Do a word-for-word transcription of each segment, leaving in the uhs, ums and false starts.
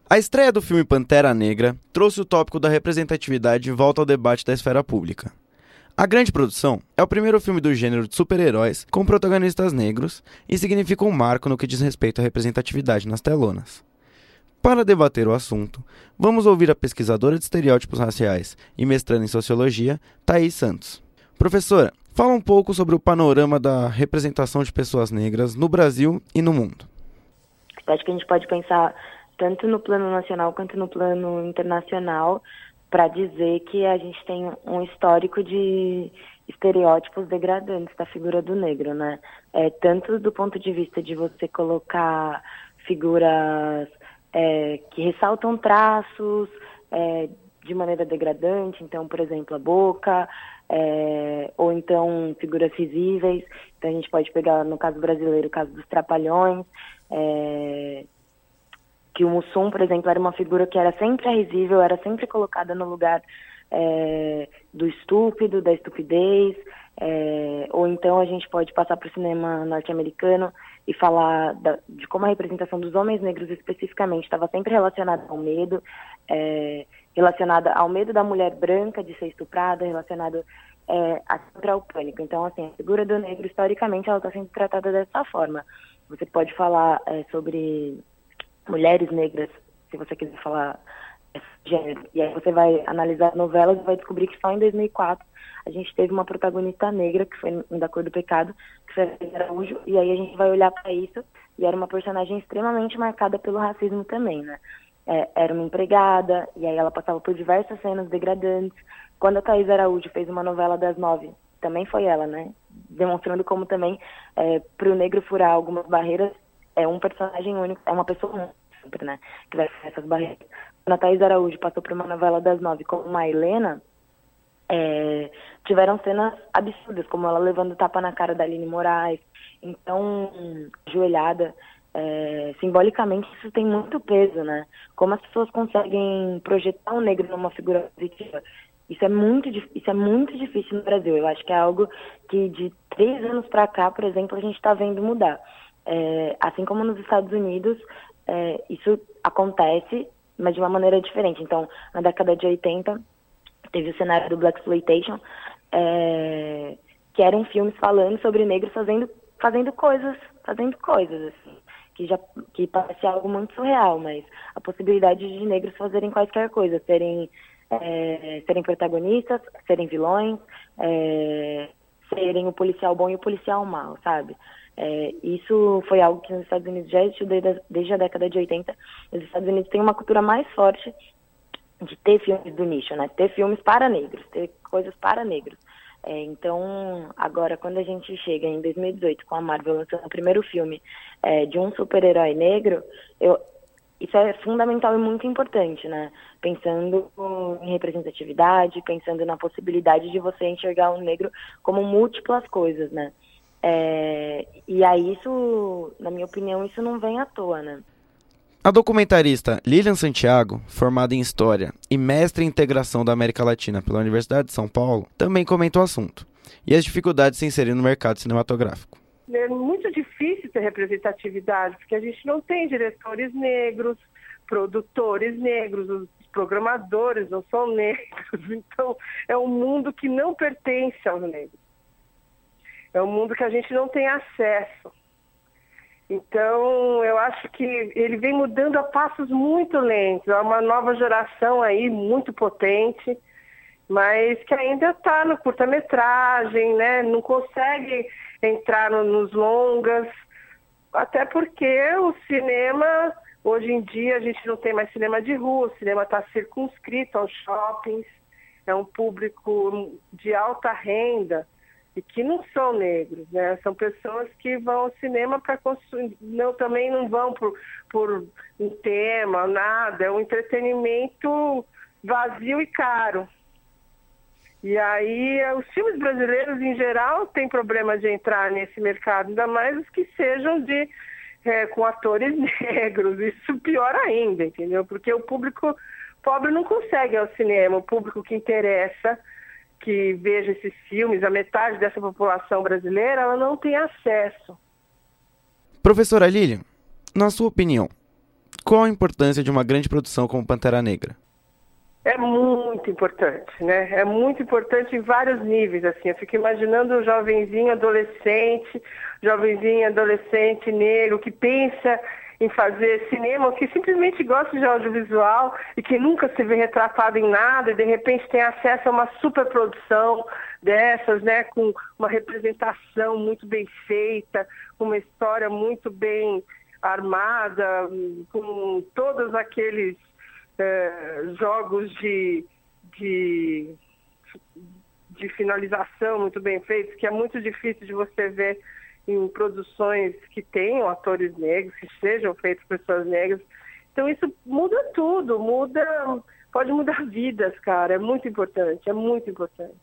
A estreia do filme Pantera Negra trouxe o tópico da representatividade de volta ao debate da esfera pública. A grande produção é o primeiro filme do gênero de super-heróis com protagonistas negros e significa um marco no que diz respeito à representatividade nas telonas. Para debater o assunto, vamos ouvir a pesquisadora de estereótipos raciais e mestranda em sociologia, Thaís Santos. Professora, fala um pouco sobre o panorama da representação de pessoas negras no Brasil e no mundo. Acho que a gente pode pensar tanto no plano nacional quanto no plano internacional para dizer que a gente tem um histórico de estereótipos degradantes da figura do negro, né? É, tanto do ponto de vista de você colocar figuras é, que ressaltam traços é, de maneira degradante, então, por exemplo, a boca, é, ou então figuras visíveis. Então a gente pode pegar, no caso brasileiro, o caso dos Trapalhões, é, que o Mussum, por exemplo, era uma figura que era sempre risível, era sempre colocada no lugar é, do estúpido, da estupidez, é, ou então a gente pode passar para o cinema norte-americano e falar da, de como a representação dos homens negros especificamente estava sempre relacionada ao medo, é, relacionada ao medo da mulher branca de ser estuprada, relacionada é, sempre ao pânico. Então, assim, a figura do negro, historicamente, ela está sendo tratada dessa forma. Você pode falar é, sobre mulheres negras, se você quiser falar gênero, e aí você vai analisar novelas e vai descobrir que só em dois mil e quatro a gente teve uma protagonista negra, que foi em Da Cor do Pecado, que foi a Thaís Araújo, e aí a gente vai olhar para isso, e era uma personagem extremamente marcada pelo racismo também, né? É, era uma empregada, e aí ela passava por diversas cenas degradantes. Quando a Thaís Araújo fez uma novela das nove, também foi ela, né? Demonstrando como também, é, para o negro furar algumas barreiras, é um personagem único, é uma pessoa única, sempre, né, que vai fazer essas barreiras. Quando a Thaís Araújo passou por uma novela das nove como uma Helena, é, tiveram cenas absurdas, como ela levando tapa na cara da Aline Moraes. Então, ajoelhada, é, simbolicamente isso tem muito peso, né? Como as pessoas conseguem projetar o negro numa figura positiva. Isso é muito, isso é muito difícil no Brasil. Eu acho que é algo que de três anos para cá, por exemplo, a gente está vendo mudar. É, assim como nos Estados Unidos, é, isso acontece, mas de uma maneira diferente. Então, na década de oitenta, teve o cenário do Blaxploitation, é, que eram filmes falando sobre negros fazendo, fazendo coisas, fazendo coisas, assim, que já que parece algo muito surreal, mas a possibilidade de negros fazerem quaisquer coisas, serem, é, serem protagonistas, serem vilões, é, serem o policial bom e o policial mau, sabe? É, isso foi algo que nos Estados Unidos já existiu desde, desde a década de oitenta. Os Estados Unidos têm uma cultura mais forte de ter filmes do nicho, né? Ter filmes para negros, ter coisas para negros. É, então, agora, quando a gente chega em dois mil e dezoito com a Marvel lançando o primeiro filme é, de um super-herói negro, eu, isso é fundamental e muito importante, né? Pensando em representatividade, pensando na possibilidade de você enxergar o negro como múltiplas coisas, né? É, e aí isso, na minha opinião, isso não vem à toa, né? A documentarista Lilian Santiago, formada em História e mestre em Integração da América Latina pela Universidade de São Paulo, também comenta o assunto e as dificuldades de se inserir no mercado cinematográfico. É muito difícil ter representatividade, porque a gente não tem diretores negros, produtores negros, os programadores não são negros, então é um mundo que não pertence aos negros. É um mundo que a gente não tem acesso. Então, eu acho que ele vem mudando a passos muito lentos. É uma nova geração aí, muito potente, mas que ainda está no curta-metragem, né? Não consegue entrar no, nos longas, até porque o cinema, hoje em dia, a gente não tem mais cinema de rua, o cinema está circunscrito aos shoppings, é um público de alta renda, e que não são negros, né? São pessoas que vão ao cinema para consumir, não, também não vão por, por um tema, nada, é um entretenimento vazio e caro. E aí, os filmes brasileiros, em geral, têm problema de entrar nesse mercado, ainda mais os que sejam de, é, com atores negros, isso pior ainda, entendeu? Porque o público pobre não consegue ir ao cinema, o público que interessa que veja esses filmes, a metade dessa população brasileira, ela não tem acesso. Professora Lilian, na sua opinião, qual a importância de uma grande produção como Pantera Negra? É muito importante, né? É muito importante em vários níveis, assim. Eu fico imaginando o jovenzinho adolescente, jovenzinho adolescente negro que pensa em fazer cinema, que simplesmente gosta de audiovisual e que nunca se vê retratado em nada e de repente tem acesso a uma superprodução dessas, né? Com uma representação muito bem feita, uma história muito bem armada, com todos aqueles É, jogos de, de, de finalização muito bem feitos, que é muito difícil de você ver em produções que tenham atores negros, que sejam feitos por pessoas negras. Então isso muda tudo, muda, pode mudar vidas, cara, é muito importante, é muito importante.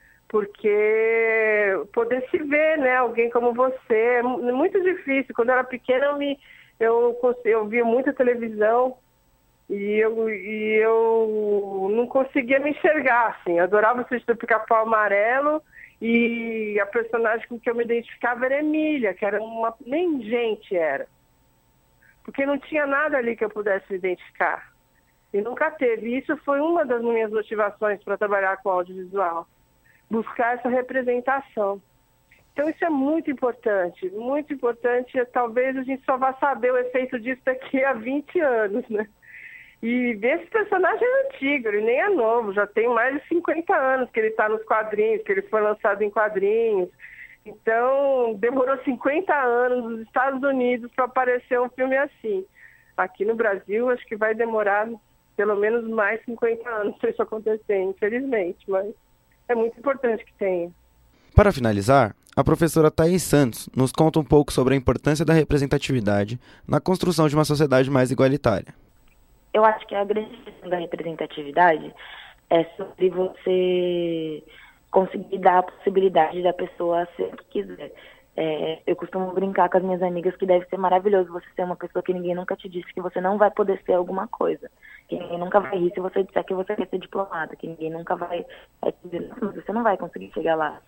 Porque poder se ver, né, alguém como você, é muito difícil. Quando eu era pequena eu, me, eu, eu via muita televisão, E eu, e eu não conseguia me enxergar, assim. Eu adorava o Sítio do Pica-Pau Amarelo e a personagem com que eu me identificava era Emília, que era uma... nem gente era. Porque não tinha nada ali que eu pudesse me identificar. E nunca teve. E isso foi uma das minhas motivações para trabalhar com audiovisual. Buscar essa representação. Então isso é muito importante. Muito importante. Talvez a gente só vá saber o efeito disso daqui a vinte anos, né? E esse personagem é antigo, ele nem é novo, já tem mais de cinquenta anos que ele está nos quadrinhos, que ele foi lançado em quadrinhos. Então, demorou cinquenta anos nos Estados Unidos para aparecer um filme assim. Aqui no Brasil, acho que vai demorar pelo menos mais cinquenta anos para isso acontecer, infelizmente, mas é muito importante que tenha. Para finalizar, a professora Thaís Santos nos conta um pouco sobre a importância da representatividade na construção de uma sociedade mais igualitária. Eu acho que a grande questão da representatividade é sobre você conseguir dar a possibilidade da pessoa ser o que quiser. É, eu costumo brincar com as minhas amigas que deve ser maravilhoso você ser uma pessoa que ninguém nunca te disse que você não vai poder ser alguma coisa. Que ninguém nunca vai rir se você disser que você quer ser diplomata. Que ninguém nunca vai é, dizer, não, você não vai conseguir chegar lá.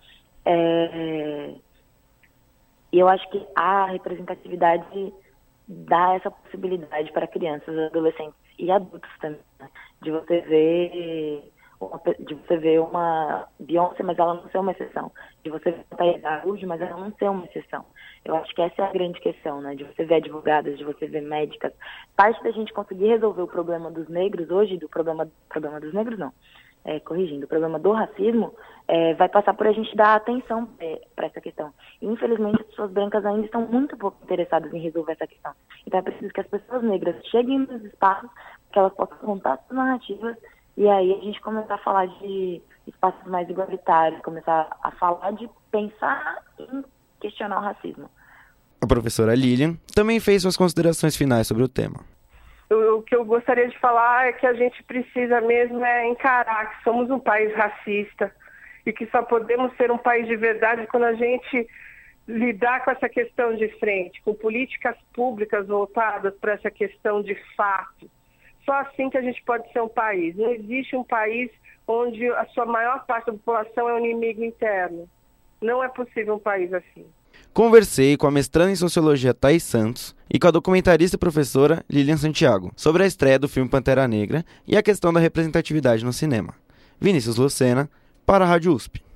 É, e eu acho que a representatividade dá essa possibilidade para crianças, adolescentes e adultos também, né? De você ver uma, de você ver uma Beyoncé, mas ela não ser uma exceção, de você ver uma Thaís Araújo, mas ela não ser uma exceção. Eu acho que essa é a grande questão, né? De você ver advogadas, de você ver médicas. Parte da gente conseguir resolver o problema dos negros hoje, do problema, problema dos negros não, é, corrigindo, o problema do racismo, é, vai passar por a gente dar atenção para essa questão. E, infelizmente, as pessoas brancas ainda estão muito pouco interessadas em resolver essa questão. Então é preciso que as pessoas negras cheguem nos espaços, que elas possam contar suas narrativas, e aí a gente começar a falar de espaços mais igualitários, começar a falar de pensar em questionar o racismo. A professora Lilian também fez suas considerações finais sobre o tema. O que eu gostaria de falar é que a gente precisa mesmo é encarar que somos um país racista e que só podemos ser um país de verdade quando a gente lidar com essa questão de frente, com políticas públicas voltadas para essa questão de fato. Só assim que a gente pode ser um país. Não existe um país onde a sua maior parte da população é um inimigo interno. Não é possível um país assim. Conversei com a mestranda em Sociologia Thaís Santos e com a documentarista e professora Lilian Santiago sobre a estreia do filme Pantera Negra e a questão da representatividade no cinema. Vinícius Lucena, para a Rádio U S P.